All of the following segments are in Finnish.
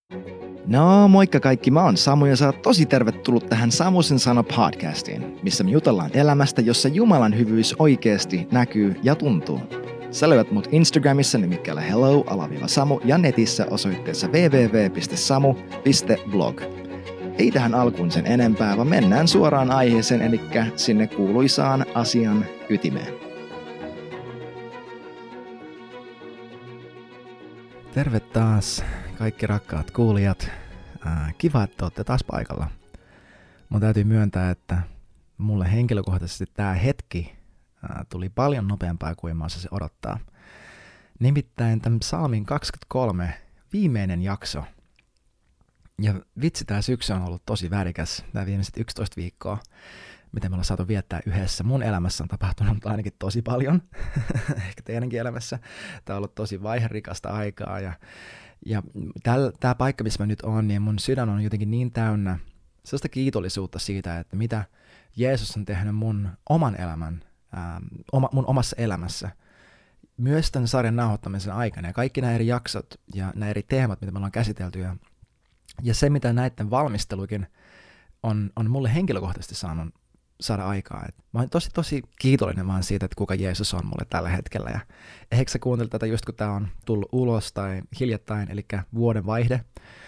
No moikka kaikki, mä oon Samu ja sä oot tosi tervetullut tähän Samusen sana podcastiin, missä me jutellaan elämästä, jossa Jumalan hyvyys oikeasti näkyy ja tuntuu. Sä löydät mut Instagramissa nimikkeellä hello_samu ja netissä osoitteessa www.samu.blog. Ei tähän alkuun sen enempää, vaan mennään suoraan aiheeseen, eli sinne kuuluisaan asian ytimeen. Terve taas kaikki rakkaat kuulijat. Kiva, että olette taas paikalla. Mun täytyy myöntää, että mulle henkilökohtaisesti tää hetki tuli paljon nopeampaa kuin mä osasin odottaa. Nimittäin tämän Psalmin 23 viimeinen jakso. Ja vitsi, tää syksy on ollut tosi värikäs, tää viimeiset 11 viikkoa, mitä me ollaan saatu viettää yhdessä. Mun elämässä on tapahtunut ainakin tosi paljon, ehkä teidänkin elämässä. Tää on ollut tosi vaiherikasta aikaa ja tää paikka, missä mä nyt oon, niin mun sydän on jotenkin niin täynnä sellaista kiitollisuutta siitä, että mitä Jeesus on tehnyt mun oman elämän, mun omassa elämässä. Myös tämän sarjan nauhoittamisen aikana ja kaikki nämä eri jaksot ja nämä eri teemat, mitä me ollaan käsitelty ja se, mitä näiden valmisteluikin on mulle henkilökohtaisesti saada aikaa. Mä oon tosi kiitollinen vaan siitä, että kuka Jeesus on mulle tällä hetkellä. Ja ehkä sä kuuntelit tätä just kun tää on tullut ulos tai hiljattain, eli vuoden vaihde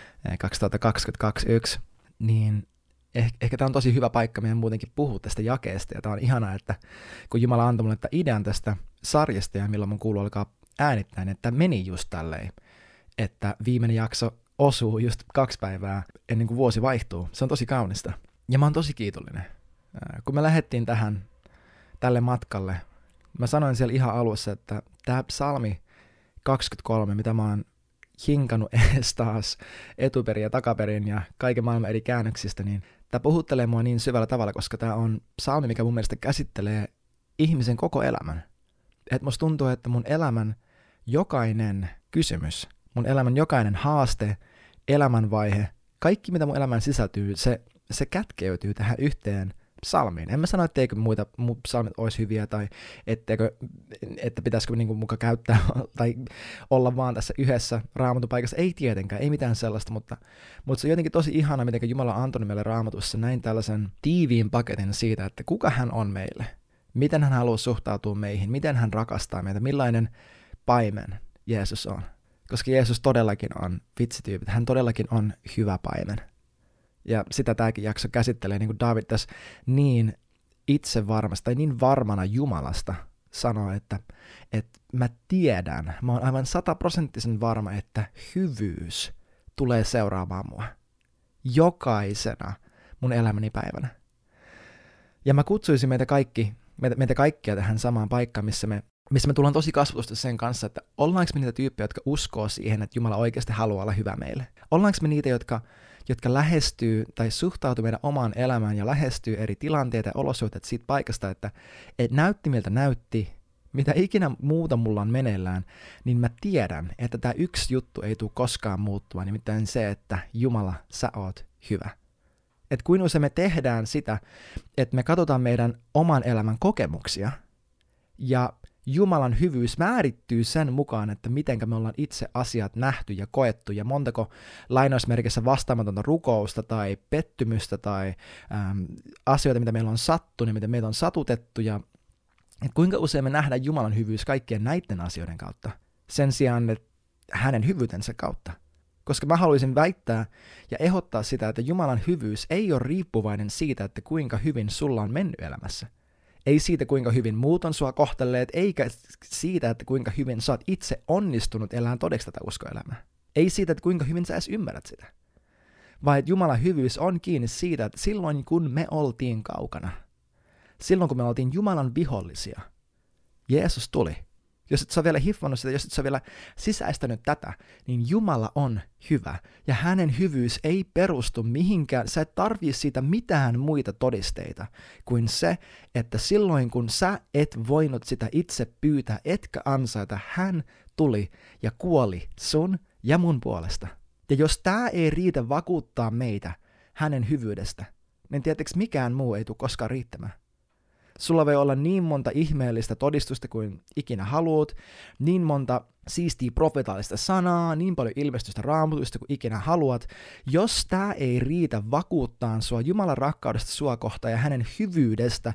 2021, niin ehkä tää on tosi hyvä paikka meidän muutenkin puhua tästä jakeesta. Ja tää on ihanaa, että kun Jumala antoi mulle tämän idean tästä sarjasta ja milloin mun kuuluu alkaa äänittää, niin että meni just tälleen, että viimeinen jakso osuu just 2 päivää ennen kuin vuosi vaihtuu. Se on tosi kaunista. Ja mä oon tosi kiitollinen. Kun me lähdettiin tälle matkalle, mä sanoin siellä ihan alussa, että tää Psalmi 23, mitä mä oon hinkannut edes taas etuperin ja takaperin ja kaiken maailman eri käännöksistä, niin tää puhuttelee mua niin syvällä tavalla, koska tää on psalmi, mikä mun mielestä käsittelee ihmisen koko elämän. Et musta tuntuu, että mun elämän jokainen kysymys, mun elämän jokainen haaste, elämänvaihe, kaikki mitä mun elämään sisältyy, se kätkeytyy tähän yhteen psalmiin. En mä sano, etteikö muut psalmit olisi hyviä tai että pitäisikö niinku muka käyttää tai olla vaan tässä yhdessä Raamatun paikassa. Ei tietenkään, ei mitään sellaista, mutta se on jotenkin tosi ihana, miten Jumala on antanut meille Raamatussa näin tällaisen tiiviin paketin siitä, että kuka hän on meille, miten hän haluaa suhtautua meihin, miten hän rakastaa meitä, millainen paimen Jeesus on. Koska Jeesus todellakin on vitsityyppi, hän todellakin on hyvä paimen. Ja sitä tämäkin jakso käsittelee, niin kuin David tässä niin itsevarmasta tai niin varmana Jumalasta sanoo, että mä tiedän, mä oon aivan 100% varma, että hyvyys tulee seuraamaan mua jokaisena mun elämäni päivänä. Ja mä kutsuisin meitä kaikkia tähän samaan paikkaan, missä me tullaan tosi kasvatusta sen kanssa, että ollaanko me niitä tyyppejä, jotka uskoo siihen, että Jumala oikeasti haluaa olla hyvä meille. Ollaanko me niitä, jotka lähestyy tai suhtautuu meidän omaan elämään ja lähestyy eri tilanteita ja olosuhteita siitä paikasta, että näytti miltä näytti, mitä ikinä muuta mulla on meneillään, niin mä tiedän, että tämä yksi juttu ei tule koskaan muuttua, nimittäin se, että Jumala, sä oot hyvä. Että kuin usein me tehdään sitä, että me katsotaan meidän oman elämän kokemuksia ja Jumalan hyvyys määrittyy sen mukaan, että mitenkä me ollaan itse asiat nähty ja koettu ja montako lainausmerkissä vastaamatonta rukousta tai pettymystä tai asioita, mitä meillä on sattunut, mitä meitä on satutettu ja kuinka usein me nähdään Jumalan hyvyys kaikkien näiden asioiden kautta sen sijaan, että hänen hyvyytensä kautta. Koska mä haluaisin väittää ja ehdottaa sitä, että Jumalan hyvyys ei ole riippuvainen siitä, että kuinka hyvin sulla on mennyt elämässä. Ei siitä, kuinka hyvin muut on sua kohtelleet, eikä siitä, että kuinka hyvin sä oot itse onnistunut elämään todeksi tätä uskoelämää. Ei siitä, että kuinka hyvin sä edes ymmärrät sitä. Vaan että Jumalan hyvyys on kiinni siitä, että silloin kun me oltiin kaukana, silloin kun me oltiin Jumalan vihollisia, Jeesus tuli. Jos et sä ole vielä hiffannut sitä, jos et sä ole vielä sisäistänyt tätä, niin Jumala on hyvä. Ja hänen hyvyys ei perustu mihinkään, sä et tarvii siitä mitään muita todisteita kuin se, että silloin kun sä et voinut sitä itse pyytää, etkä ansaita, hän tuli ja kuoli sun ja mun puolesta. Ja jos tää ei riitä vakuuttaa meitä hänen hyvyydestä, niin tietysti mikään muu ei tule koskaan riittämään. Sulla voi olla niin monta ihmeellistä todistusta kuin ikinä haluat, niin monta siistiä profetaalista sanaa, niin paljon ilmestystä raamatusta kuin ikinä haluat. Jos tää ei riitä vakuuttaa sua Jumalan rakkaudesta sua kohtaan ja hänen hyvyydestä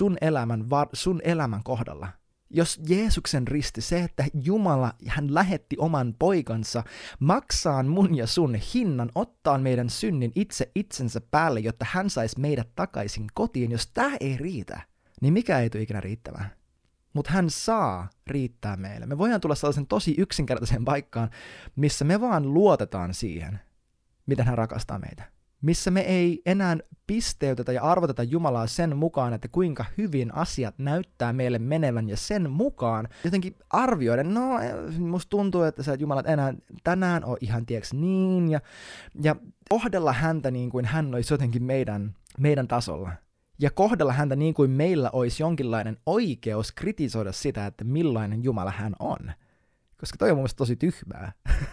sun elämän kohdalla. Jos Jeesuksen risti, se, että Jumala, hän lähetti oman poikansa maksaan mun ja sun hinnan, ottaa meidän synnin itse itsensä päälle, jotta hän saisi meidät takaisin kotiin, jos tää ei riitä, niin mikä ei tule ikinä riittämään. Mutta hän saa riittää meille. Me voidaan tulla sellaisen tosi yksinkertaiseen paikkaan, missä me vaan luotetaan siihen, miten hän rakastaa meitä. Missä me ei enää pisteytetä ja arvoteta Jumalaa sen mukaan, että kuinka hyvin asiat näyttää meille menevän ja sen mukaan jotenkin arvioida, no musta tuntuu, että sä et Jumala enää tänään ole ihan tieks niin ja kohdella häntä niin kuin hän olisi jotenkin meidän tasolla. Ja kohdella häntä niin kuin meillä olisi jonkinlainen oikeus kritisoida sitä, että millainen Jumala hän on. Koska toi on mun mielestä tosi tyhmää.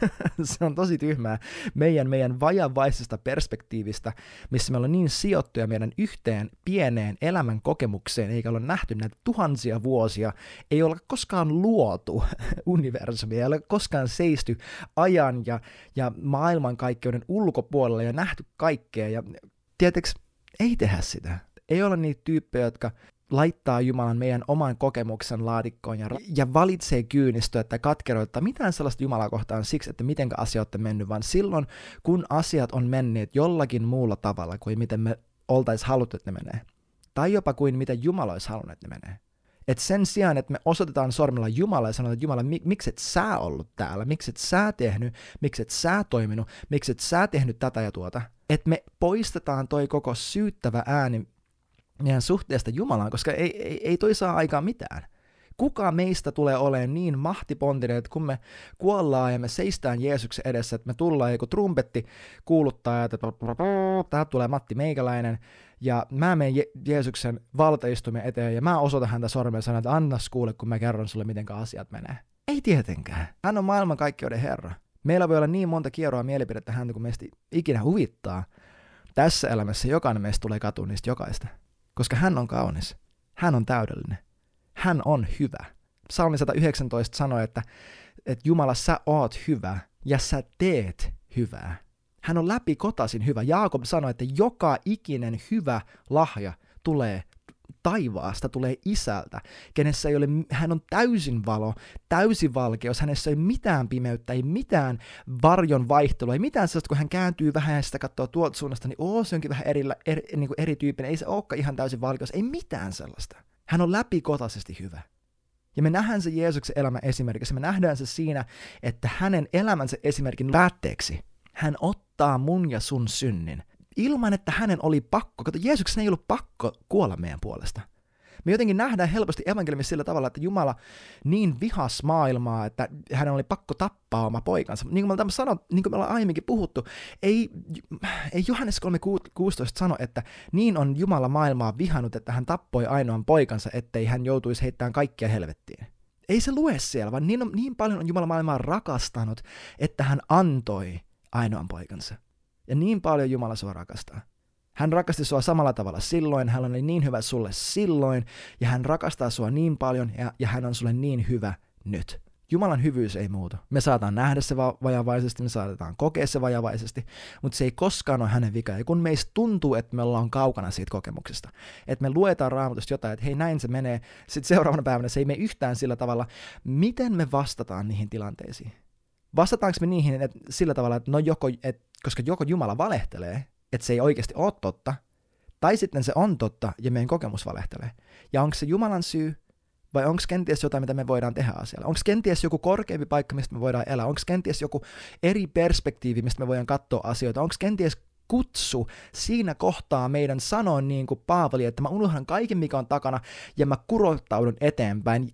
Se on tosi tyhmää meidän vajavaisesta perspektiivistä, missä me ollaan niin sijoittuja meidän yhteen pieneen elämän kokemukseen, eikä olla nähty näitä tuhansia vuosia, ei olla koskaan luotu universumia, ei ole koskaan seisty ajan ja maailmankaikkeuden ulkopuolella ja nähty kaikkea. Ja tietysti ei tehdä sitä. Ei olla niitä tyyppejä, jotka laittaa Jumalan meidän oman kokemuksen laatikkoon ja valitsee kyynistöä tai katkeroittaa mitään sellaista Jumalaa kohtaan siksi, että mitenkä asiat on mennyt, vaan silloin, kun asiat on menneet jollakin muulla tavalla kuin miten me oltaisiin haluttu, että ne menee. Tai jopa kuin miten Jumala olisi halunnut, että ne menee. Et sen sijaan, että me osoitetaan sormella Jumala ja sanotaan, että Jumala, miksi et sä ollut täällä, miksi et sä tehnyt, miksi et sä toiminut, miksi et sä tehnyt tätä ja tuota. Että me poistetaan toi koko syyttävä ääni meidän suhteesta Jumalaan, koska ei toi saa aikaan mitään. Kuka meistä tulee olemaan niin mahtipontinen, että kun me kuollaan ja me seistään Jeesuksen edessä, että me tullaan joku trumpetti kuuluttaa, että täältä tulee Matti Meikäläinen, ja mä menen Jeesuksen valtaistuimen eteen, ja mä osoitan häntä sormella ja sanon, että annas kuule, kun mä kerron sulle, miten asiat menee. Ei tietenkään. Hän on maailmankaikkeuden Herra. Meillä voi olla niin monta kierroa mielipidettä häntä, kun meistä ikinä huvittaa. Tässä elämässä jokainen meistä tulee katuun niistä jokaista. Koska hän on kaunis. Hän on täydellinen. Hän on hyvä. Psalmi 119 sanoi, että Jumala, sä oot hyvä ja sä teet hyvää. Hän on läpikotaisin hyvä. Jaakob sanoi, että joka ikinen hyvä lahja tulee taivaasta, tulee Isältä, kenessä ei ole, hän on täysin valo, täysin valkeus, hänessä ei mitään pimeyttä, ei mitään varjon vaihtelua, ei mitään sellaista, kun hän kääntyy vähän ja sitä katsoo tuolta suunnasta, niin se onkin vähän niin kuin erityyppinen, ei se olekaan ihan täysin valkeus, ei mitään sellaista. Hän on läpikotaisesti hyvä. Ja me nähdään se Jeesuksen elämän esimerkissä, me nähdään se siinä, että hänen elämänsä esimerkin päätteeksi hän ottaa mun ja sun synnin. Ilman, että hänen oli pakko. Kato, Jeesuksen ei ollut pakko kuolla meidän puolesta. Me jotenkin nähdään helposti evankeliumissa sillä tavalla, että Jumala niin vihas maailmaa, että hänen oli pakko tappaa oma poikansa. Niin kuin me ollaan aiemminkin puhuttu, ei Johannes 3:16 sano, että niin on Jumala maailmaa vihannut, että hän tappoi ainoan poikansa, ettei hän joutuisi heittämään kaikkia helvettiin. Ei se lue siellä, vaan niin paljon on Jumala maailmaa rakastanut, että hän antoi ainoan poikansa. Ja niin paljon Jumala sua rakastaa. Hän rakasti sua samalla tavalla silloin, hän oli niin hyvä sulle silloin, ja hän rakastaa sua niin paljon, ja hän on sulle niin hyvä nyt. Jumalan hyvyys ei muutu. Me saataan nähdä se vajavaisesti, me saatetaan kokea se vajavaisesti, mutta se ei koskaan ole hänen vika. Ja kun meistä tuntuu, että me ollaan kaukana siitä kokemuksesta, että me luetaan Raamatusta jotain, että hei näin se menee, sitten seuraavana päivänä se ei mene yhtään sillä tavalla, miten me vastataan niihin tilanteisiin. Vastataanko me niihin että sillä tavalla, että koska joko Jumala valehtelee, että se ei oikeasti ole totta, tai sitten se on totta ja meidän kokemus valehtelee. Ja onko se Jumalan syy, vai onko kenties jotain, mitä me voidaan tehdä asialla? Onko kenties joku korkeampi paikka, mistä me voidaan elää? Onko kenties joku eri perspektiivi, mistä me voidaan katsoa asioita? Onko kenties kutsu siinä kohtaa meidän sanoa niin kuin Paavali, että mä unohdan kaiken, mikä on takana, ja mä kurottaudun eteenpäin,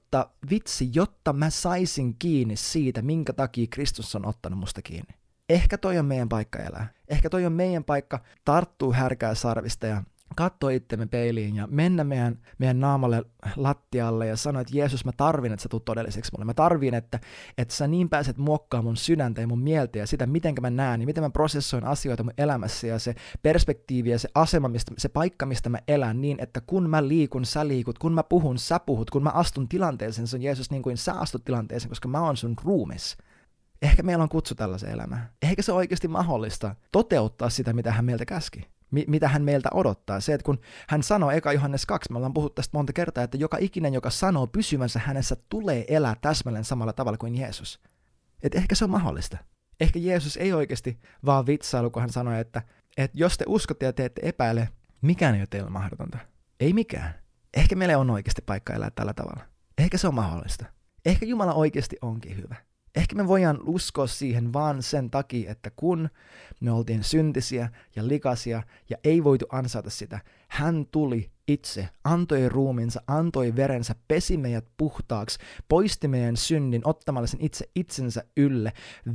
jotta mä saisin kiinni siitä, minkä takia Kristus on ottanut musta kiinni. Ehkä toi on meidän paikka elää. Ehkä toi on meidän paikka tarttua härkää sarvista ja katsoa itsemme peiliin ja mennä meidän naamalle lattialle ja sanoa, että Jeesus, mä tarvin, että sä tulet todelliseksi mulle. Mä tarvin, että sä niin pääset muokkaamaan mun sydäntä ja mun mieltä ja sitä, miten mä näen ja miten mä prosessoin asioita mun elämässä ja se perspektiivi ja se asema, se paikka, mistä mä elän niin, että kun mä liikun, sä liikut, kun mä puhun, sä puhut, kun mä astun tilanteeseen, se on Jeesus niin kuin sä astut tilanteeseen, koska mä oon sun ruumis. Ehkä meillä on kutsu tällaiseen elämään. Ehkä se on oikeasti mahdollista toteuttaa sitä, mitä hän meiltä käski. Mitä hän meiltä odottaa. Se, että kun hän sanoo eka Johannes 2, me ollaan puhuttu tästä monta kertaa, että joka ikinen, joka sanoo pysyvänsä hänessä, tulee elää täsmälleen samalla tavalla kuin Jeesus. Että ehkä se on mahdollista. Ehkä Jeesus ei oikeasti vaan vitsailu, kun hän sanoi, että jos te uskotte ja te ette epäile, mikään ei ole teille mahdotonta. Ei mikään. Ehkä meillä on oikeasti paikka elää tällä tavalla. Ehkä se on mahdollista. Ehkä Jumala oikeasti onkin hyvä. Ehkä me voidaan uskoa siihen vaan sen takia, että kun me oltiin syntisiä ja likaisia ja ei voitu ansaita sitä, hän tuli itse, antoi ruumiinsa, antoi verensä, pesi meidät puhtaaksi, poisti meidän synnin ottamalla sen itse itsensä ylle,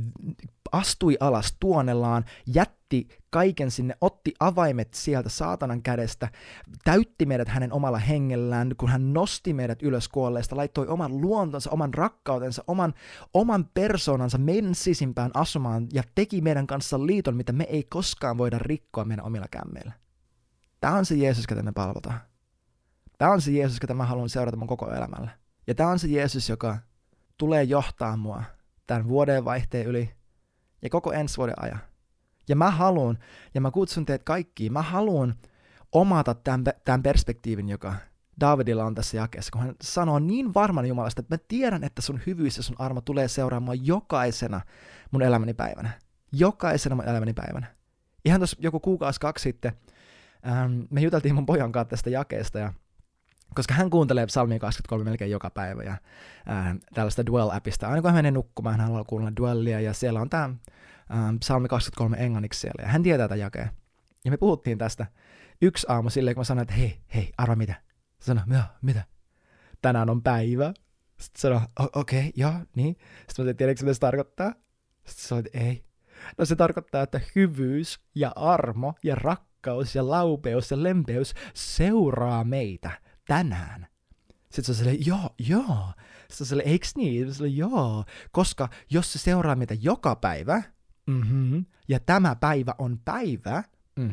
astui alas tuonellaan, jätti kaiken sinne, otti avaimet sieltä saatanan kädestä, täytti meidät hänen omalla hengellään, kun hän nosti meidät ylös kuolleista, laittoi oman luontonsa, oman rakkautensa, oman persoonansa meidän sisimpään asumaan ja teki meidän kanssa liiton, mitä me ei koskaan voida rikkoa meidän omilla kämmeillä. Tämä on se Jeesus, ketä me palvotaan. Tämä on se Jeesus, ketä mä haluan seurata mun koko elämällä. Ja tämä on se Jeesus, joka tulee johtaa mua tämän vuodenvaihteen yli ja koko ensi vuoden ajan. Ja mä haluan, ja mä kutsun teitä kaikkiin, mä haluan omata tämän perspektiivin, joka Daavidilla on tässä jakeessa, kun hän sanoo niin varman Jumalasta, että mä tiedän, että sun hyvyys ja sun armo tulee seuraamaan jokaisena mun elämäni päivänä. Jokaisena mun elämäni päivänä. Ihan tuossa joku kuukausi 2 sitten, me juteltiin mun pojan kanssa tästä jakeesta, ja koska hän kuuntelee Psalmia 23 melkein joka päivä ja tällaista Dwell-appista. Aina kun hän menee nukkumaan, hän haluaa kuunnella Dwellia ja siellä on tämä Psalmi 23 englanniksi siellä ja hän tietää tämän jakeen. Ja me puhuttiin tästä yksi aamu silleen, kun mä sanoin, että hei, arva mitä? Sano, mitä? Tänään on päivä. Sitten sanoi, okei, joo, niin. Sitten mä tiedätkö, mitä se tarkoittaa? Sitten sanoin, että ei. No se tarkoittaa, että hyvyys ja armo ja rakkaus ja laupeus ja lempeys seuraa meitä tänään. Sitten se on silleen, joo. Sitten se on silleen, eiks niin? Sitten se on silleen, joo. Koska jos se seuraa meitä joka päivä, ja tämä päivä on päivä,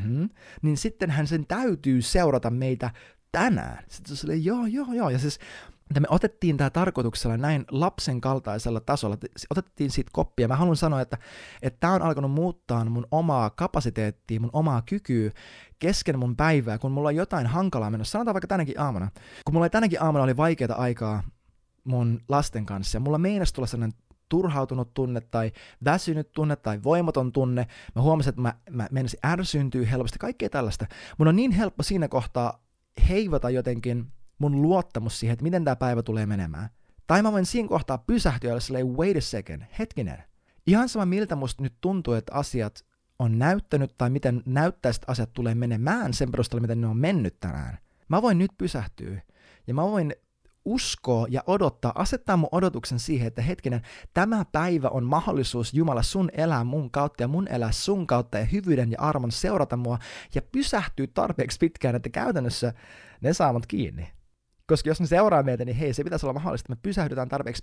niin sittenhän sen täytyy seurata meitä tänään. Sitten se on silleen, joo. Ja siis me otettiin tämä tarkoituksella näin lapsen kaltaisella tasolla, otettiin siitä koppia. Mä haluan sanoa, että tämä on alkanut muuttaa mun omaa kapasiteettia, mun omaa kykyä kesken mun päivää, kun mulla on jotain hankalaa menossa. Sanotaan vaikka tänäkin aamuna. Kun mulla tänäkin aamuna oli vaikeaa aikaa mun lasten kanssa, ja mulla meinasi tulla sellainen turhautunut tunne tai väsynyt tunne tai voimaton tunne. Mä huomasin, että mä menisin ärsyyntyä helposti, kaikkea tällaista. Mun on niin helppo siinä kohtaa heivata jotenkin mun luottamus siihen, että miten tämä päivä tulee menemään. Tai mä voin siinä kohtaa pysähtyä ja silleen, wait a second, hetkinen. Ihan sama miltä musta nyt tuntuu, että asiat on näyttänyt tai miten näyttäisi, että asiat tulee menemään sen perusteella, miten ne on mennyt tänään. Mä voin nyt pysähtyä ja mä voin uskoa ja odottaa, asettaa mun odotuksen siihen, että hetkinen, tämä päivä on mahdollisuus Jumala sun elää mun kautta ja mun elää sun kautta ja hyvyyden ja armon seurata mua ja pysähtyy tarpeeksi pitkään, että käytännössä ne saa mut kiinni. Koska jos ne seuraa meitä, niin hei, se pitäisi olla mahdollista, että me pysähdytään tarpeeksi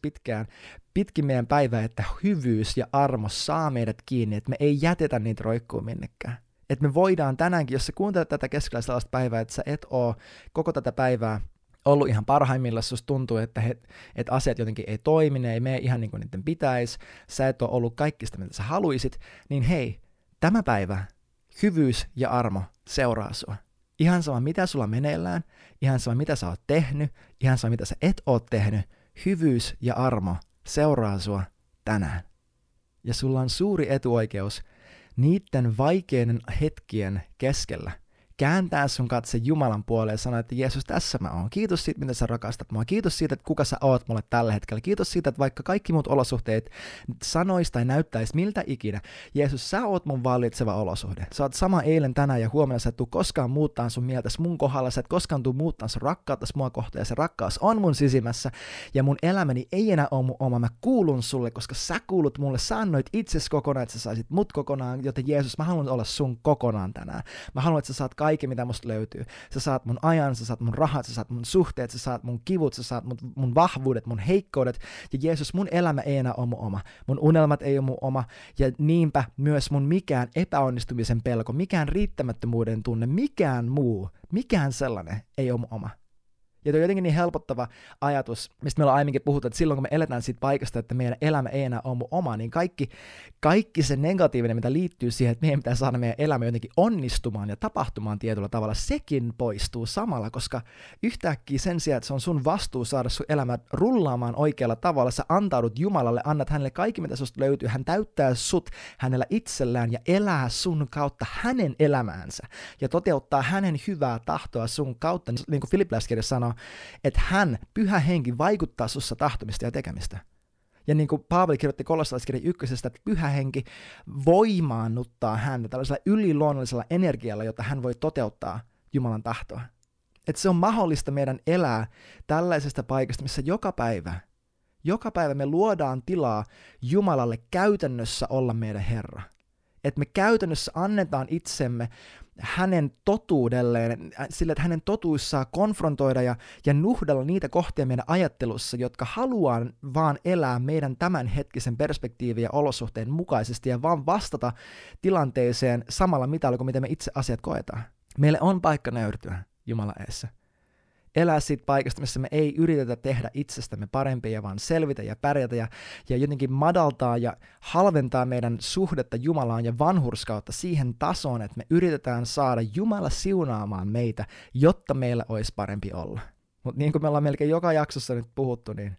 pitkin meidän päivää, että hyvyys ja armo saa meidät kiinni, että me ei jätetä niitä roikkuun minnekään. Että me voidaan tänäänkin, jos sä kuuntelet tätä keskellä sellaista päivää, että sä et oo koko tätä päivää ollut ihan parhaimmillaan, susta tuntuu, että asiat jotenkin ei toimi, ne ei mene ihan niin kuin niiden pitäisi, sä et ole ollut kaikki sitä, mitä sä haluisit, niin hei, tämä päivä, hyvyys ja armo seuraa sua. Ihan sama, mitä sulla meneillään, ihan sama, mitä sä oot tehnyt, ihan sama, mitä sä et oo tehnyt, hyvyys ja armo seuraa sua tänään. Ja sulla on suuri etuoikeus niiden vaikeiden hetkien keskellä kääntää sun katse Jumalan puoleen ja sanoa, että Jeesus, tässä mä oon. Kiitos siitä, mitä sä rakastat mua. Kiitos siitä, että kuka sä oot mulle tällä hetkellä. Kiitos siitä, että vaikka kaikki muut olosuhteet sanois tai näyttäis miltä ikinä, Jeesus, sä oot mun vallitseva olosuhde. Sä oot sama eilen, tänään ja huomenna. Sä et tuu koskaan muuttaa sun mieltäs mun kohdalla. Sä et koskaan tuu muuttaa sun rakkauttas mua kohtaan. Ja se rakkaus on mun sisimmässä. Ja mun elämäni ei enää ole mun oma. Mä kuulun sulle, koska sä kuulut mulle. Sä annoit itses kokonaan, että sä saisit mut kokonaan. Joten Jeesus, mä haluan olla sun kokonaan tänään. Mä haluan, että sä saat kaiken, mitä musta löytyy. Sä saat mun ajan, sä saat mun rahat, sä saat mun suhteet, sä saat mun kivut, sä saat mun vahvuudet, mun heikkoudet. Ja Jeesus, mun elämä ei enää ole mun oma. Mun unelmat ei ole mun oma. Ja niinpä myös mun mikään epäonnistumisen pelko, mikään riittämättömyyden tunne, mikään sellainen ei ole mun oma. Ja tuo on jotenkin niin helpottava ajatus, mistä me ollaan aiemminkin puhuttu, että silloin kun me eletään siitä paikasta, että meidän elämä ei enää ole mun oma, niin kaikki se negatiivinen, mitä liittyy siihen, että meidän pitää saada meidän elämä jotenkin onnistumaan ja tapahtumaan tietyllä tavalla, sekin poistuu samalla, koska yhtäkkiä sen sijaan, että se on sun vastuu saada sun elämä rullaamaan oikealla tavalla, sä antaudut Jumalalle, annat hänelle kaikki, mitä susta löytyy, hän täyttää sut hänellä itsellään ja elää sun kautta hänen elämäänsä ja toteuttaa hänen hyvää tahtoa sun kautta, niin kuin Filippiläiskirja sanoo, että hän, Pyhä Henki, vaikuttaa sussa tahtomista ja tekemistä. Ja niin kuin Paavali kirjoitti Kolossalaiskirjan 1, että Pyhä Henki voimaannuttaa häntä tällaisella yliluonnollisella energialla, jota hän voi toteuttaa Jumalan tahtoa. Että se on mahdollista meidän elää tällaisesta paikasta, missä joka päivä me luodaan tilaa Jumalalle käytännössä olla meidän Herra. Että me käytännössä annetaan itsemme hänen totuudelleen, sillä että hänen totuus saa konfrontoida ja nuhdella niitä kohtia meidän ajattelussa, jotka haluaa vaan elää meidän tämänhetkisen perspektiivin ja olosuhteen mukaisesti ja vaan vastata tilanteeseen samalla mitalla kuin miten me itse asiat koetaan. Meille on paikka nöyrtyä Jumalan edessä. Elää siitä paikasta, missä me ei yritetä tehdä itsestämme parempia, vaan selvitä ja pärjätä ja jotenkin madaltaa ja halventaa meidän suhdetta Jumalaan ja vanhurskautta siihen tasoon, että me yritetään saada Jumala siunaamaan meitä, jotta meillä olisi parempi olla. Mutta niin kuin me ollaan melkein joka jaksossa nyt puhuttu, niin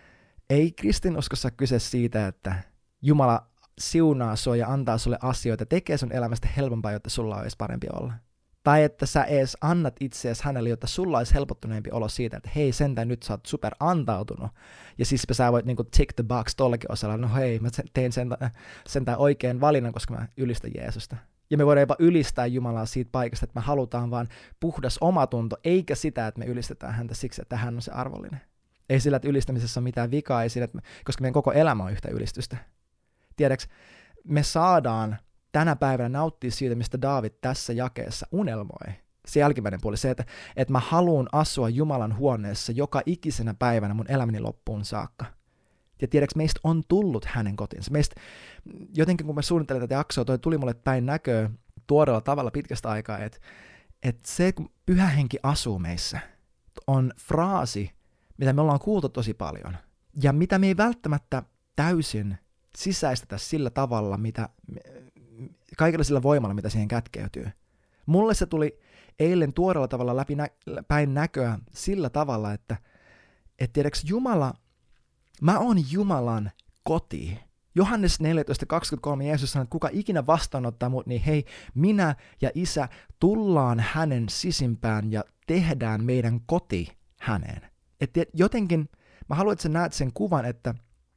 ei kristinuskossa kyse siitä, että Jumala siunaa sua ja antaa sulle asioita, tekee sun elämästä helpompaa, jotta sulla olisi parempi olla. Tai että sä ees annat itseäsi hänelle, jotta sulla olisi helpottuneempi olo siitä, että hei, sentään nyt sä oot super antautunut. Ja siis sä voit niinku tick the box tollakin osalla, no hei, mä tein sentään oikein valinnan, koska mä ylistän Jeesusta. Ja me voidaan jopa ylistää Jumalaa siitä paikasta, että me halutaan vaan puhdas omatunto, eikä sitä, että me ylistetään häntä siksi, että hän on se arvollinen. Ei sillä, että ylistämisessä on mitään vikaa, ei sillä, koska meidän koko elämä on yhtä ylistystä. Tiedäks, me saadaan tänä päivänä nauttii siitä, mistä Daavid tässä jakeessa unelmoi. Se jälkimmäinen puoli, se, että mä haluan asua Jumalan huoneessa joka ikisenä päivänä mun elämäni loppuun saakka. Ja tiedätkö, meistä on tullut hänen kotinsa. Meistä, jotenkin kun mä suunnittelin tätä jaksoa, toi tuli mulle päin näköä tuoreella tavalla pitkästä aikaa, että se, kun Pyhä Henki asuu meissä, on fraasi, mitä me ollaan kuultu tosi paljon. Ja mitä me ei välttämättä täysin sisäistetä sillä tavalla, mitä kaikilla sillä voimalla, mitä siihen kätkeytyy. Mulle se tuli eilen tuoreella tavalla päin näköä sillä tavalla, että tiedätkö, Jumala, mä oon Jumalan koti. Johannes 14.23 Jeesus sanoi, että kuka ikinä vastaanottaa mut, niin hei, minä ja Isä tullaan hänen sisimpään ja tehdään meidän koti häneen. Että jotenkin, mä haluan, että sä näet sen kuvan, että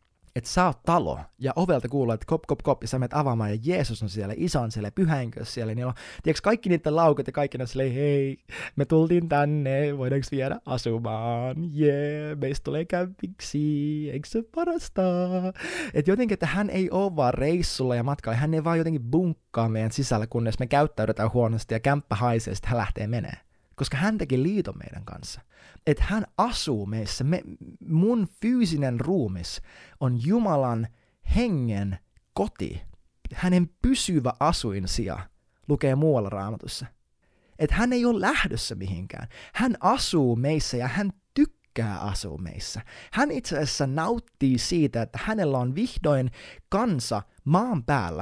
sä oot talo, ja ovelta kuuluu, että kop, kop, kop, ja sä menet avaamaan, ja Jeesus on siellä, Isä on siellä, Pyhä Henki on siellä, niin on, tiedätkö, kaikki niiden laukut, ja kaikki on silleen, hei, me tultiin tänne, voidaanko viedä asumaan, meistä tulee kämpiksi, eikö se parasta? Että jotenkin, että hän ei ole vaan reissulla ja matkalla, hän ei vaan jotenkin bunkkaa meidän sisällä, kunnes me käyttäydytään huonosti, ja kämppä haisee, ja sitten hän lähtee menee. Koska hän teki liiton meidän kanssa. Että hän asuu meissä. Mun fyysinen ruumis on Jumalan hengen koti. Hänen pysyvä asuinsija lukee muualla Raamatussa. Että hän ei ole lähdössä mihinkään. Hän asuu meissä ja hän tykkää asua meissä. Hän itse asiassa nauttii siitä, että hänellä on vihdoin kansa maan päällä,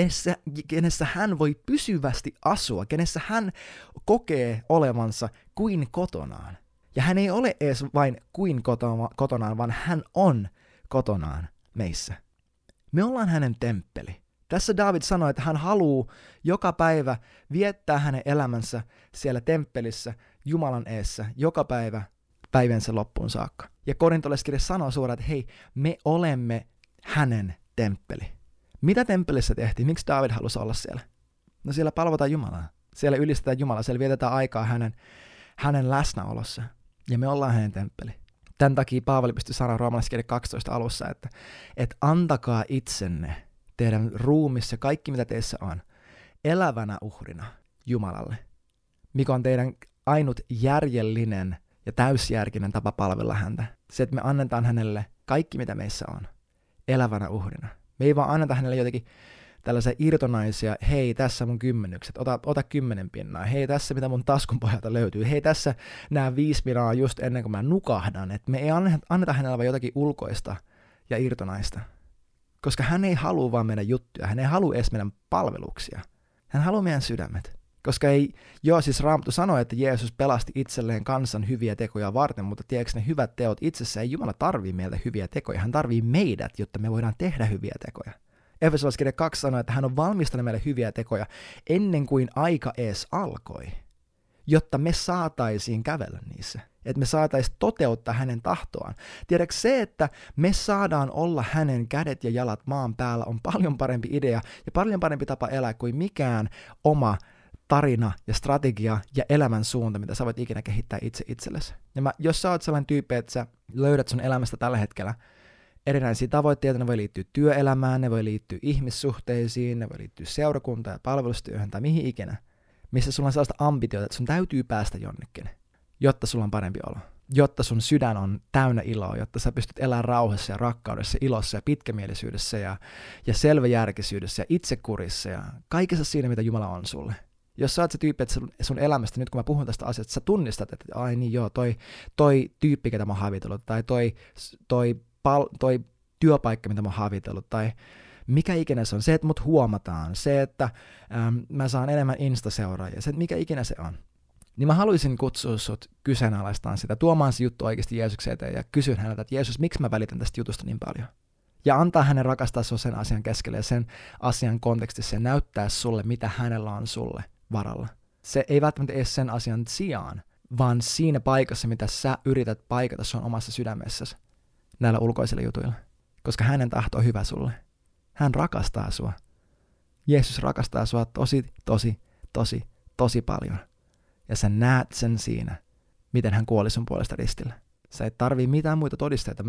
kenessä hän voi pysyvästi asua, kenessä hän kokee olevansa kuin kotonaan. Ja hän ei ole edes vain kuin kotonaan, vaan hän on kotonaan meissä. Me ollaan hänen temppeli. Tässä Daavid sanoi, että hän haluaa joka päivä viettää hänen elämänsä siellä temppelissä Jumalan eessä joka päivä päivänsä loppuun saakka. Ja korintolaiskirja sanoo suoraan, että hei, me olemme hänen temppeli. Mitä temppelissä tehtiin? Miksi Daavid halusi olla siellä? No siellä palvotaan Jumalaa. Siellä ylistetään Jumalaa. Siellä vietetään aikaa hänen läsnäolossa. Ja me ollaan hänen temppeli. Tämän takia Paavali pystyi sanoa Roomalaiskirja 12 alussa, että antakaa itsenne, teidän ruumissa, kaikki mitä teissä on, elävänä uhrina Jumalalle. mikä on teidän ainut järjellinen ja täysjärkinen tapa palvella häntä. Se, että me annetaan hänelle kaikki, mitä meissä on, elävänä uhrina. Me ei vaan anneta hänelle jotenkin tällaisia irtonaisia, hei tässä mun 10, ota 10 pinnaa, hei tässä mitä mun taskun pohjalta löytyy, hei tässä nämä 5 pinnaa just ennen kuin mä nukahdan, että me ei anneta hänelle vaan jotakin ulkoista ja irtonaista, koska hän ei halua vaan meidän juttuja, hän ei halua edes meidän palveluksia, hän haluaa meidän sydämet. Koska siis Raamattu sanoi, että Jeesus pelasti itselleen kansan hyviä tekoja varten, mutta tiedätkö ne hyvät teot itsessään, ei Jumala tarvii meiltä hyviä tekoja, hän tarvii meidät, jotta me voidaan tehdä hyviä tekoja. Efesolaiskirja 2 sanoi, että hän on valmistanut meille hyviä tekoja ennen kuin aika edes alkoi, jotta me saataisiin kävellä niissä, että me saataisiin toteuttaa hänen tahtoaan. Tiedätkö se, että me saadaan olla hänen kädet ja jalat maan päällä on paljon parempi idea ja paljon parempi tapa elää kuin mikään oma tarina ja strategia ja elämän suunta, mitä sä voit ikinä kehittää itse itsellesi. Ja jos sä oot sellainen tyyppi, että sä löydät sun elämästä tällä hetkellä erinäisiä tavoitteita, ne voi liittyä työelämään, ne voi liittyä ihmissuhteisiin, ne voi liittyä seurakuntaan ja palvelustyöhön tai mihin ikinä, missä sulla on sellaista ambitiota, että sun täytyy päästä jonnekin, jotta sulla on parempi olo, jotta sun sydän on täynnä iloa, jotta sä pystyt elämään rauhassa ja rakkaudessa, ilossa ja pitkämielisyydessä ja selväjärkisyydessä ja itsekurissa ja kaikessa siinä, mitä Jumala on sulle. Jos sä oot se tyyppi, että sun elämästä, nyt kun mä puhun tästä asiasta, sä tunnistat, että ai niin joo, toi tyyppi, ketä mä oon havitellut, tai toi työpaikka, mitä mä oon havitellut, tai mikä ikinä se on, se, että mut huomataan, se, että mä saan enemmän Insta-seuraajia, se, että mikä ikinä se on, niin mä haluaisin kutsua sut kyseenalaistaan sitä, tuomaan se juttu oikeasti Jeesuksen eteen ja kysyä häneltä, että Jeesus, miksi mä välitän tästä jutusta niin paljon? Ja antaa hänen rakastaa sua sen asian keskelle ja sen asian kontekstissa ja näyttää sulle, mitä hänellä on sulle varalla. Se ei välttämättä edes sen asian sijaan, vaan siinä paikassa, mitä sä yrität paikata sun omassa sydämessäsi näillä ulkoisilla jutuilla. Koska hänen tahto on hyvä sulle. Hän rakastaa sua. Jeesus rakastaa sua tosi paljon. Ja sä näet sen siinä, miten hän kuoli sun puolesta ristillä. Sä et tarvii mitään muita todisteita.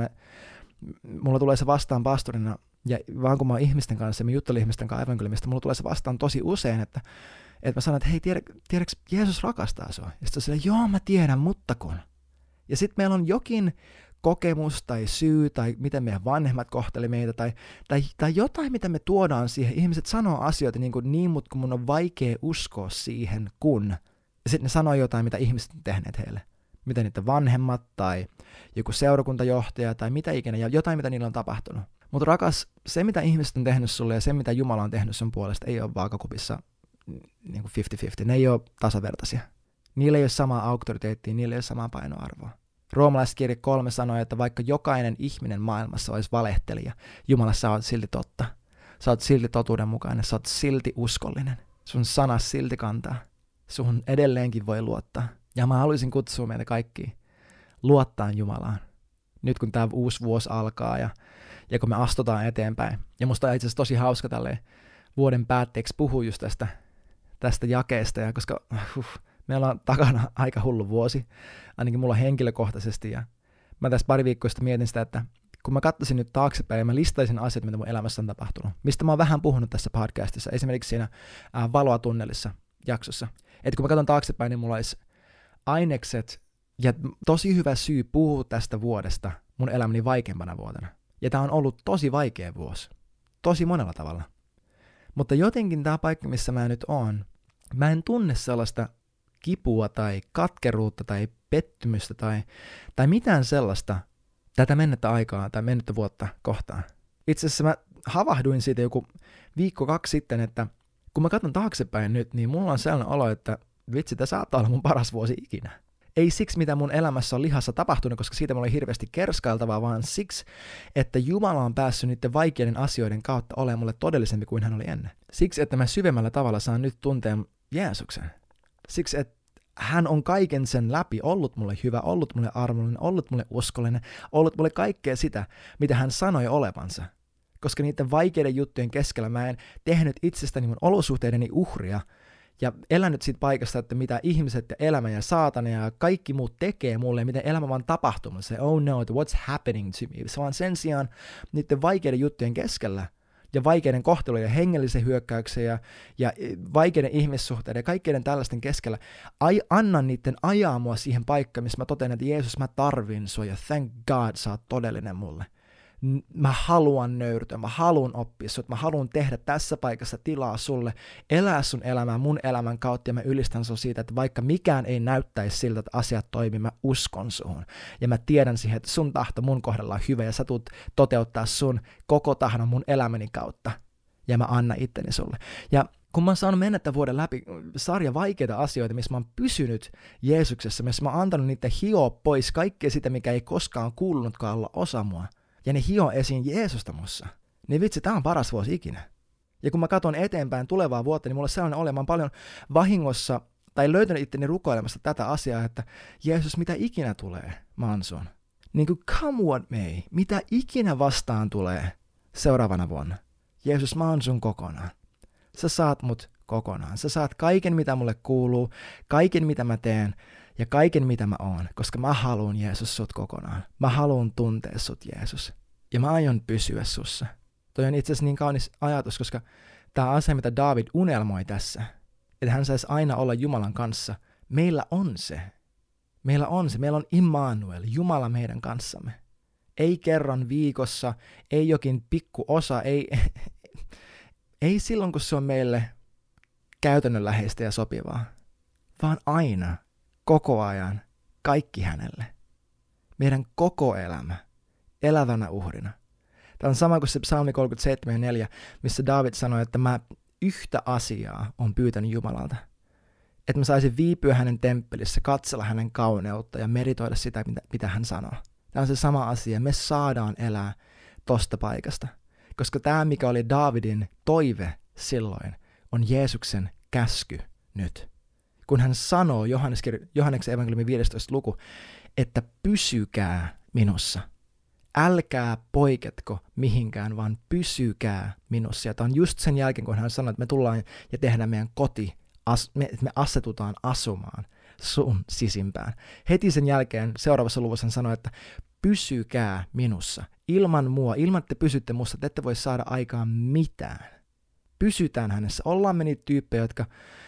Mulla tulee se vastaan pastorina, ja vaan kun mä oon ihmisten kanssa ja mä juttelen ihmisten kanssa evankeliumista, mulla tulee se vastaan tosi usein, että mä sanon, että hei, tiedätkö, Jeesus rakastaa sua? Ja sitten silleen, joo, mä tiedän, mutta kun. Ja sitten meillä on jokin kokemus tai syy tai miten meidän vanhemmat kohteli meitä tai jotain, mitä me tuodaan siihen. Ihmiset sanoo asioita niin, mutta kun mun on vaikea uskoa siihen, kun. Ja sitten ne sanoo jotain, mitä ihmiset on tehneet heille. Mitä niiden vanhemmat tai joku seurakuntajohtaja tai mitä ikinä, ja jotain, mitä niillä on tapahtunut. Mutta rakas, se mitä ihmiset on tehnyt sulle ja se mitä Jumala on tehnyt sun puolesta ei ole vaakakupissa niin kuin 50-50. Ne ei ole tasavertaisia. Niillä ei ole samaa auktoriteettia, niillä ei ole samaa painoarvoa. Roomalaiskirja 3 sanoo, että vaikka jokainen ihminen maailmassa olisi valehtelija, Jumala, sä oot silti totta. Sä oot silti totuudenmukainen, sä oot silti uskollinen. Sun sana silti kantaa. Suhun edelleenkin voi luottaa. Ja mä haluaisin kutsua meitä kaikkia luottaa Jumalaan. Nyt kun tämä uusi vuosi alkaa ja kun me astutaan eteenpäin. Ja musta on itse asiassa tosi hauska tälleen vuoden päätteeksi puhua just tästä jakeesta, ja koska meillä on takana aika hullu vuosi, ainakin mulla henkilökohtaisesti, ja mä tässä pari viikkoa sitten mietin sitä, että kun mä katsoisin nyt taaksepäin ja mä listaisin asiat, mitä mun elämässä on tapahtunut, mistä mä oon vähän puhunut tässä podcastissa, esimerkiksi siinä Valoa tunnelissa jaksossa, että kun mä katson taaksepäin, niin mulla olisi ainekset ja tosi hyvä syy puhua tästä vuodesta mun elämäni vaikeimpana vuotena. Ja tää on ollut tosi vaikea vuosi, tosi monella tavalla. Mutta jotenkin tää paikka, missä mä nyt oon, mä en tunne sellaista kipua tai katkeruutta tai pettymystä tai mitään sellaista tätä mennyttä aikaa tai mennyttä vuotta kohtaan. Itse asiassa mä havahduin siitä joku 1-2 sitten, että kun mä katson taaksepäin nyt, niin mulla on sellainen olo, että vitsi, tää saattaa olla mun paras vuosi ikinä. Ei siksi, mitä mun elämässä on lihassa tapahtunut, koska siitä mulla oli hirveästi kerskailtavaa, vaan siksi, että Jumala on päässyt niiden vaikeiden asioiden kautta olemaan mulle todellisempi kuin hän oli ennen. Siksi, että mä syvemmällä tavalla saan nyt tuntea Jeesuksen. Siksi, että hän on kaiken sen läpi ollut mulle hyvä, ollut mulle armollinen, ollut mulle uskollinen, ollut mulle kaikkea sitä, mitä hän sanoi olevansa. Koska niiden vaikeiden juttujen keskellä mä en tehnyt itsestäni mun olosuhteideni uhria, ja elänyt siitä paikasta, että mitä ihmiset ja elämä ja saatana ja kaikki muut tekee mulle, miten elämä vaan tapahtuu. Se, oh no, what's happening to me? Se vaan sen sijaan niiden vaikeiden juttujen keskellä, ja vaikeiden kohtelujen ja hengellisen hyökkäyksen ja vaikeiden ihmissuhteiden ja kaikkeiden tällaisten keskellä. Anna niiden ajaa mua siihen paikkaan, missä mä totean, että Jeesus, mä tarvin sua ja thank God, sä oot todellinen mulle. Mä haluan nöyrtyä, mä haluan oppia sut, mä haluan tehdä tässä paikassa tilaa sulle, elää sun elämää mun elämän kautta ja mä ylistän sun siitä, että vaikka mikään ei näyttäisi siltä, että asiat toimii, mä uskon suhun. Ja mä tiedän siihen, että sun tahto mun kohdalla on hyvä ja sä tulet toteuttaa sun koko tahdon mun elämäni kautta. Ja mä annan itteni sulle. Ja kun mä oon saanut mennä tämän vuoden läpi sarja vaikeita asioita, missä mä oon pysynyt Jeesuksessa, missä mä oon antanut niitä hioa pois kaikkea sitä, mikä ei koskaan kuulunutkaan olla osa mua. Ja ne hio esiin Jeesusta mussa. Niin vitsi, tää on paras vuosi ikinä. Ja kun mä katson eteenpäin tulevaa vuotta, niin mulla on sellainen olo, mä oon paljon vahingossa, tai löytänyt itteni rukoilemassa tätä asiaa, että Jeesus, mitä ikinä tulee, mä oon sun. Niin kuin come what may, mitä ikinä vastaan tulee seuraavana vuonna. Jeesus, mä oon sun kokonaan. Sä saat mut kokonaan. Sä saat kaiken, mitä mulle kuuluu, kaiken, mitä mä teen, ja kaiken, mitä mä oon, koska mä haluun, Jeesus, sut kokonaan. Mä haluun tuntea sut, Jeesus. Ja mä aion pysyä sussa. Toi on itse asiassa niin kaunis ajatus, koska tää asia, mitä Daavid unelmoi tässä, että hän saisi aina olla Jumalan kanssa, meillä on se. Meillä on se. Meillä on Immanuel, Jumala meidän kanssamme. Ei kerran viikossa, ei jokin pikku osa, ei silloin, kun se on meille käytännönläheistä ja sopivaa, vaan aina. Koko ajan, kaikki hänelle. Meidän koko elämä, elävänä uhrina. Tämä on sama kuin se psalmi 37:4, missä Daavid sanoi, että mä yhtä asiaa on pyytänyt Jumalalta. Että mä saisin viipyä hänen temppelissä, katsella hänen kauneutta ja meritoida sitä, mitä hän sanoo. Tämä on se sama asia. Me saadaan elää tosta paikasta. Koska tämä, mikä oli Daavidin toive silloin, on Jeesuksen käsky nyt. Kun hän sanoo Johanneksen evankeliumin 15. luku, että pysykää minussa. Älkää poiketko mihinkään, vaan pysykää minussa. Ja tämä on just sen jälkeen, kun hän sanoi, että me tullaan ja tehdään meidän koti, me asetutaan asumaan sun sisimpään. Heti sen jälkeen seuraavassa luvussa hän sanoi, että pysykää minussa. Ilman mua, ilman että te pysytte musta, te ette voi saada aikaan mitään. Pysytään hänessä. Ollaan me niitä tyyppejä, jotka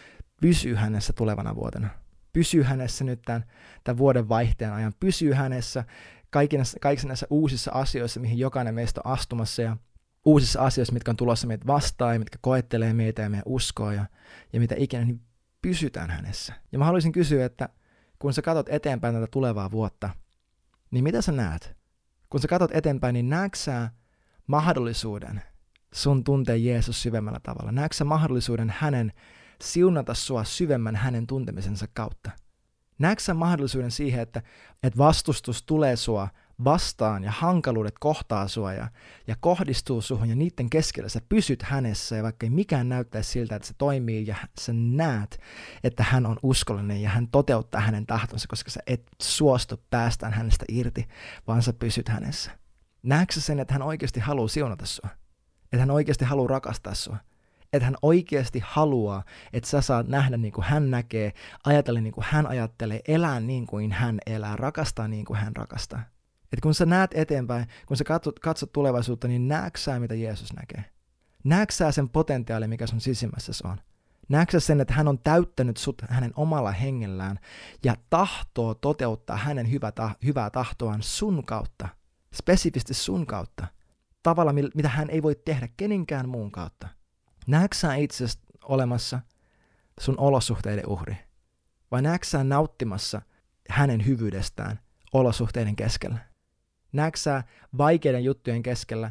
pysyy hänessä tulevana vuotena. Pysyy hänessä nyt tämän vuoden vaihteen ajan. Pysyy hänessä kaikissa näissä uusissa asioissa, mihin jokainen meistä on astumassa ja uusissa asioissa, mitkä on tulossa meitä vastaan ja mitkä koettelee meitä ja meidän uskoa ja mitä ikinä, niin pysytään hänessä. Ja mä haluaisin kysyä, että kun sä katsot eteenpäin tätä tulevaa vuotta, niin mitä sä näet? Kun sä katsot eteenpäin, niin näetkö sä mahdollisuuden sun tuntea Jeesus syvemmällä tavalla? Näetkö sä mahdollisuuden hänen siunata sua syvemmän hänen tuntemisensa kautta? Näetkö sä mahdollisuuden siihen, että vastustus tulee sua vastaan ja hankaluudet kohtaa sua ja kohdistuu suhun ja niiden keskellä sä pysyt hänessä ja vaikka ei mikään näyttäisi siltä, että se toimii ja sä näet, että hän on uskollinen ja hän toteuttaa hänen tahtonsa, koska sä et suostu päästään hänestä irti, vaan sä pysyt hänessä. Näetkö sä sen, että hän oikeasti haluaa siunata sua? Että hän oikeasti haluaa rakastaa sua? Että hän oikeasti haluaa, että sä saat nähdä niin kuin hän näkee, ajatella niin kuin hän ajattelee, elää niin kuin hän elää, rakastaa niin kuin hän rakastaa. Että kun sä näet eteenpäin, kun sä katsot tulevaisuutta, niin näetkö sä, mitä Jeesus näkee? Näetkö sä sen potentiaali, mikä sun sisimmässä on? Näetkö sä sen, että hän on täyttänyt sut hänen omalla hengellään ja tahtoo toteuttaa hänen hyvää tahtoaan sun kautta, spesifisti sun kautta, tavalla, mitä hän ei voi tehdä kenenkään muun kautta? Näetkö sä itsestä olemassa sun olosuhteiden uhri? Vai näetkö sä nauttimassa hänen hyvyydestään olosuhteiden keskellä? Näetkö sä vaikeiden juttujen keskellä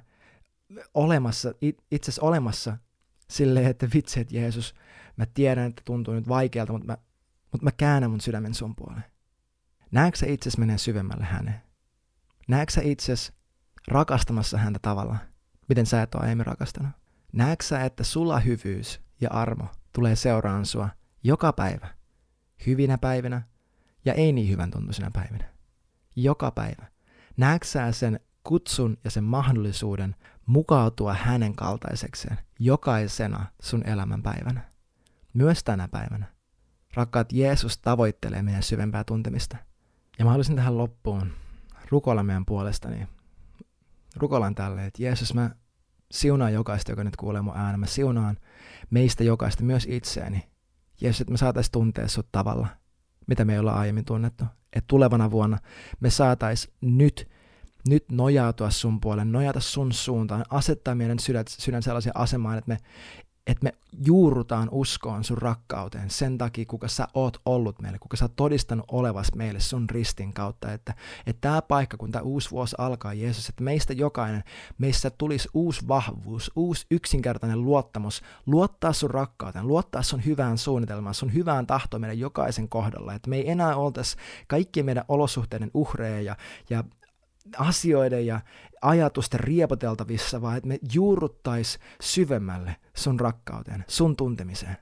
itse olemassa silleen, että vitsi, että Jeesus, mä tiedän, että tuntuu nyt vaikealta, mutta mä käännän mun sydämen sun puoleen. Näetkö sä itses menee syvemmälle häneen? Näetkö sä itses rakastamassa häntä tavalla, miten sä et ole aiemmin rakastanut? Näetkö sä, että sulla hyvyys ja armo tulee seuraan sua joka päivä, hyvinä päivinä ja ei niin hyvän tuntuisina päivinä? Joka päivä. Näetkö sä sen kutsun ja sen mahdollisuuden mukautua hänen kaltaisekseen jokaisena sun elämän päivänä? Myös tänä päivänä. Rakkaat, Jeesus tavoittelee meidän syvempää tuntemista. Ja mä haluaisin tähän loppuun rukoilla meidän puolestani. Rukoilan tälle, että Jeesus, mä Siunaa jokaista, joka nyt kuulee mun äänen. Mä siunaan meistä jokaista, myös itseäni. Jeesus, että me saataisiin tuntea sut tavalla, mitä me ei olla aiemmin tunnettu. Että tulevana vuonna me saataisiin nyt nojautua sun puoleen, nojata sun suuntaan, asettaa meidän sydän sellaiseen asemaan, että me juurrutaan uskoon sun rakkauteen sen takia, kuka sä oot ollut meille, kuka sä oot todistanut olevas meille sun ristin kautta, että tämä paikka, kun tämä uusi vuosi alkaa, Jeesus, että meistä jokainen, meissä tulisi uusi vahvuus, uusi yksinkertainen luottamus, luottaa sun rakkauteen, luottaa sun hyvään suunnitelmaan, sun hyvään tahtoon meidän jokaisen kohdalla, että me ei enää oltaisi kaikkien meidän olosuhteiden uhreja ja asioiden ja ajatusten riepoteltavissa, vaan että me juurruttais syvemmälle sun rakkauteen, sun tuntemiseen.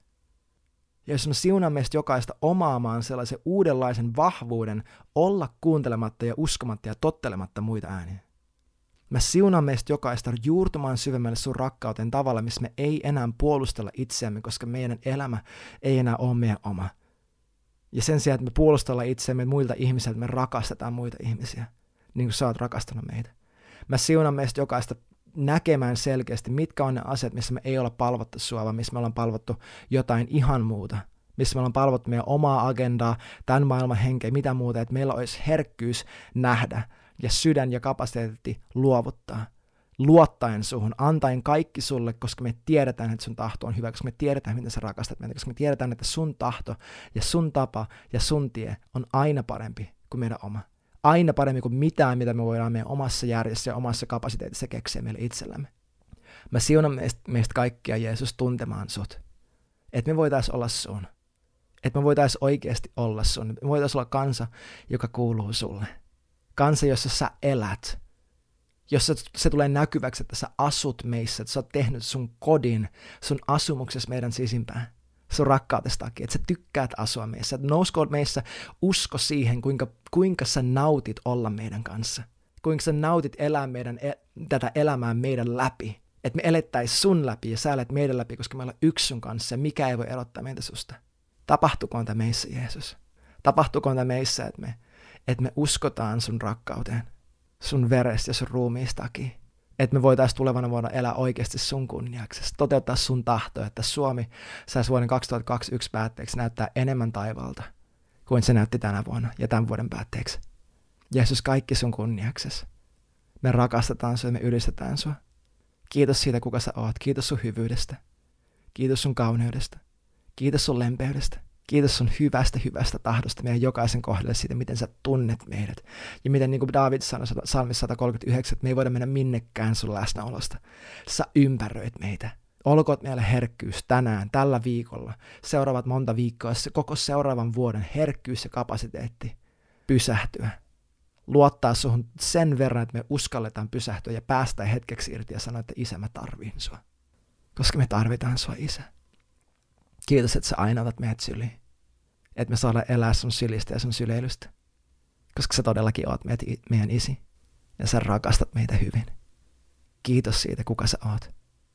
Ja jos me siunaan meistä jokaista omaamaan sellaisen uudenlaisen vahvuuden olla kuuntelematta ja uskomatta ja tottelematta muita ääniä. Mä siunaan meistä jokaista juurtumaan syvemmälle sun rakkauteen tavalla, missä me ei enää puolustella itseämme, koska meidän elämä ei enää ole meidän oma. Ja sen sijaan, että me puolustella itseämme muilta ihmisiltä, me rakastetaan muita ihmisiä. Niin kuin sä oot rakastanut meitä. Mä siunaan meistä jokaista näkemään selkeästi, mitkä on ne asiat, missä me ei olla palvottu sua, vaan missä me ollaan palvottu jotain ihan muuta. Missä me ollaan palvottu meidän omaa agendaa, tämän maailman henkeä, mitä muuta, että meillä olisi herkkyys nähdä ja sydän ja kapasiteetti luovuttaa. Luottaen suhun, antaen kaikki sulle, koska me tiedetään, että sun tahto on hyvä, koska me tiedetään, miten sä rakastat meitä, koska me tiedetään, että sun tahto ja sun tapa ja sun tie on aina parempi kuin meidän oma. Aina paremmin kuin mitään, mitä me voidaan meidän omassa järjessä ja omassa kapasiteetissa keksiä meille itsellämme. Mä siunan meistä kaikkia, Jeesus, tuntemaan sut. Että me voitaisiin olla sun. Että me voitaisiin oikeasti olla sun. Me voitaisiin olla kansa, joka kuuluu sulle. Kansa, jossa sä elät. Jossa se tulee näkyväksi, että sä asut meissä. Että sä oot tehnyt sun kodin, sun asumuksessa meidän sisimpään. Sun rakkautesta takia, että sä tykkäät asua meissä, että nouskoon meissä usko siihen, kuinka sä nautit olla meidän kanssa, kuinka sä nautit elää tätä elämää meidän läpi, että me elettäisiin sun läpi ja sä elät meidän läpi, koska me ollaan yksi sun kanssa ja mikä ei voi erottaa meitä susta. Tapahtukoon tämä meissä, Jeesus. Tapahtukoon tämä meissä, että me uskotaan sun rakkauteen, sun verestä ja sun ruumiista takia. Että me voitaisiin tulevana vuonna elää oikeasti sun kunniaksi, toteuttaa sun tahtoa, että Suomi saisi vuoden 2021 päätteeksi näyttää enemmän taivaalta kuin se näytti tänä vuonna ja tämän vuoden päätteeksi. Jeesus, kaikki sun kunniaksesi. Me rakastetaan sua ja me ylistetään sua. Kiitos siitä, kuka sä oot. Kiitos sun hyvyydestä. Kiitos sun kauneudesta. Kiitos sun lempeydestä. Kiitos sun hyvästä tahdosta meidän jokaisen kohdalle siitä, miten sä tunnet meidät. Ja miten niin kuin Daavid sanoi Psalmissa 139, että me ei voida mennä minnekään sun läsnäolosta. Sä ympäröit meitä. Olkoot meille herkkyys tänään, tällä viikolla, seuraavat monta viikkoa, koko seuraavan vuoden herkkyys ja kapasiteetti pysähtyä. Luottaa suhun sen verran, että me uskalletaan pysähtyä ja päästä hetkeksi irti ja sanoa, että Isä, mä tarviin sua. Koska me tarvitaan sua, Isä. Kiitos, että sä aina otat meidät syliin. Että me saadaan elää sun sylistä ja sun syleilystä. Koska sä todellakin oot meidän isi. Ja sä rakastat meitä hyvin. Kiitos siitä, kuka sä oot.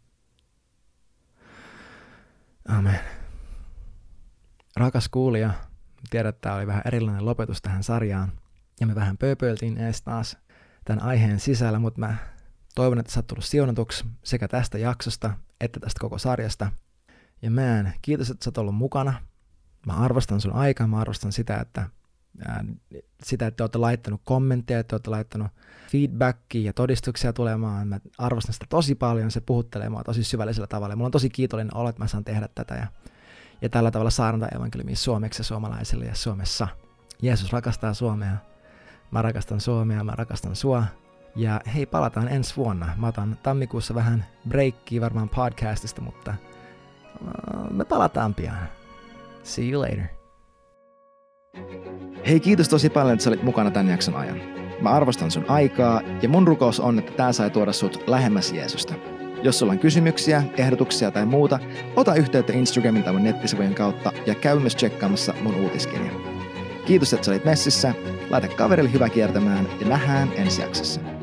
Amen. Rakas kuulija, tiedän, että tämä oli vähän erilainen lopetus tähän sarjaan. Ja me vähän pööpöiltiin edes taas tämän aiheen sisällä, mutta mä toivon, että sä oot tullut siunatuksi sekä tästä jaksosta että tästä koko sarjasta. Ja kiitos, että sä oot ollut mukana. Mä arvostan sun aikaa, mä arvostan sitä, että te olette laittanut kommentteja, että te olette laittanut feedbackia ja todistuksia tulemaan. Mä arvostan sitä tosi paljon, se puhuttelee mua tosi syvällisellä tavalla. Ja mulla on tosi kiitollinen olo, että mä saan tehdä tätä ja tällä tavalla saarnata evankeliumia suomeksi ja suomalaisille ja Suomessa. Jeesus rakastaa Suomea. Mä rakastan Suomea, mä rakastan sua. Ja hei, palataan ensi vuonna. Mä otan tammikuussa vähän breikkiä varmaan podcastista, mutta me palataan pian. See you later. Hei, kiitos tosi paljon, että sä olit mukana tämän jakson ajan. Mä arvostan sun aikaa ja mun rukous on, että tää sai tuoda sut lähemmäs Jeesusta. Jos sulla on kysymyksiä, ehdotuksia tai muuta, ota yhteyttä Instagramin tai mun nettisivujen kautta ja käy myös tsekkaamassa mun uutiskirja. Kiitos, että sä olit messissä. Laita kaverille hyvä kiertämään ja nähdään ensi jaksossa.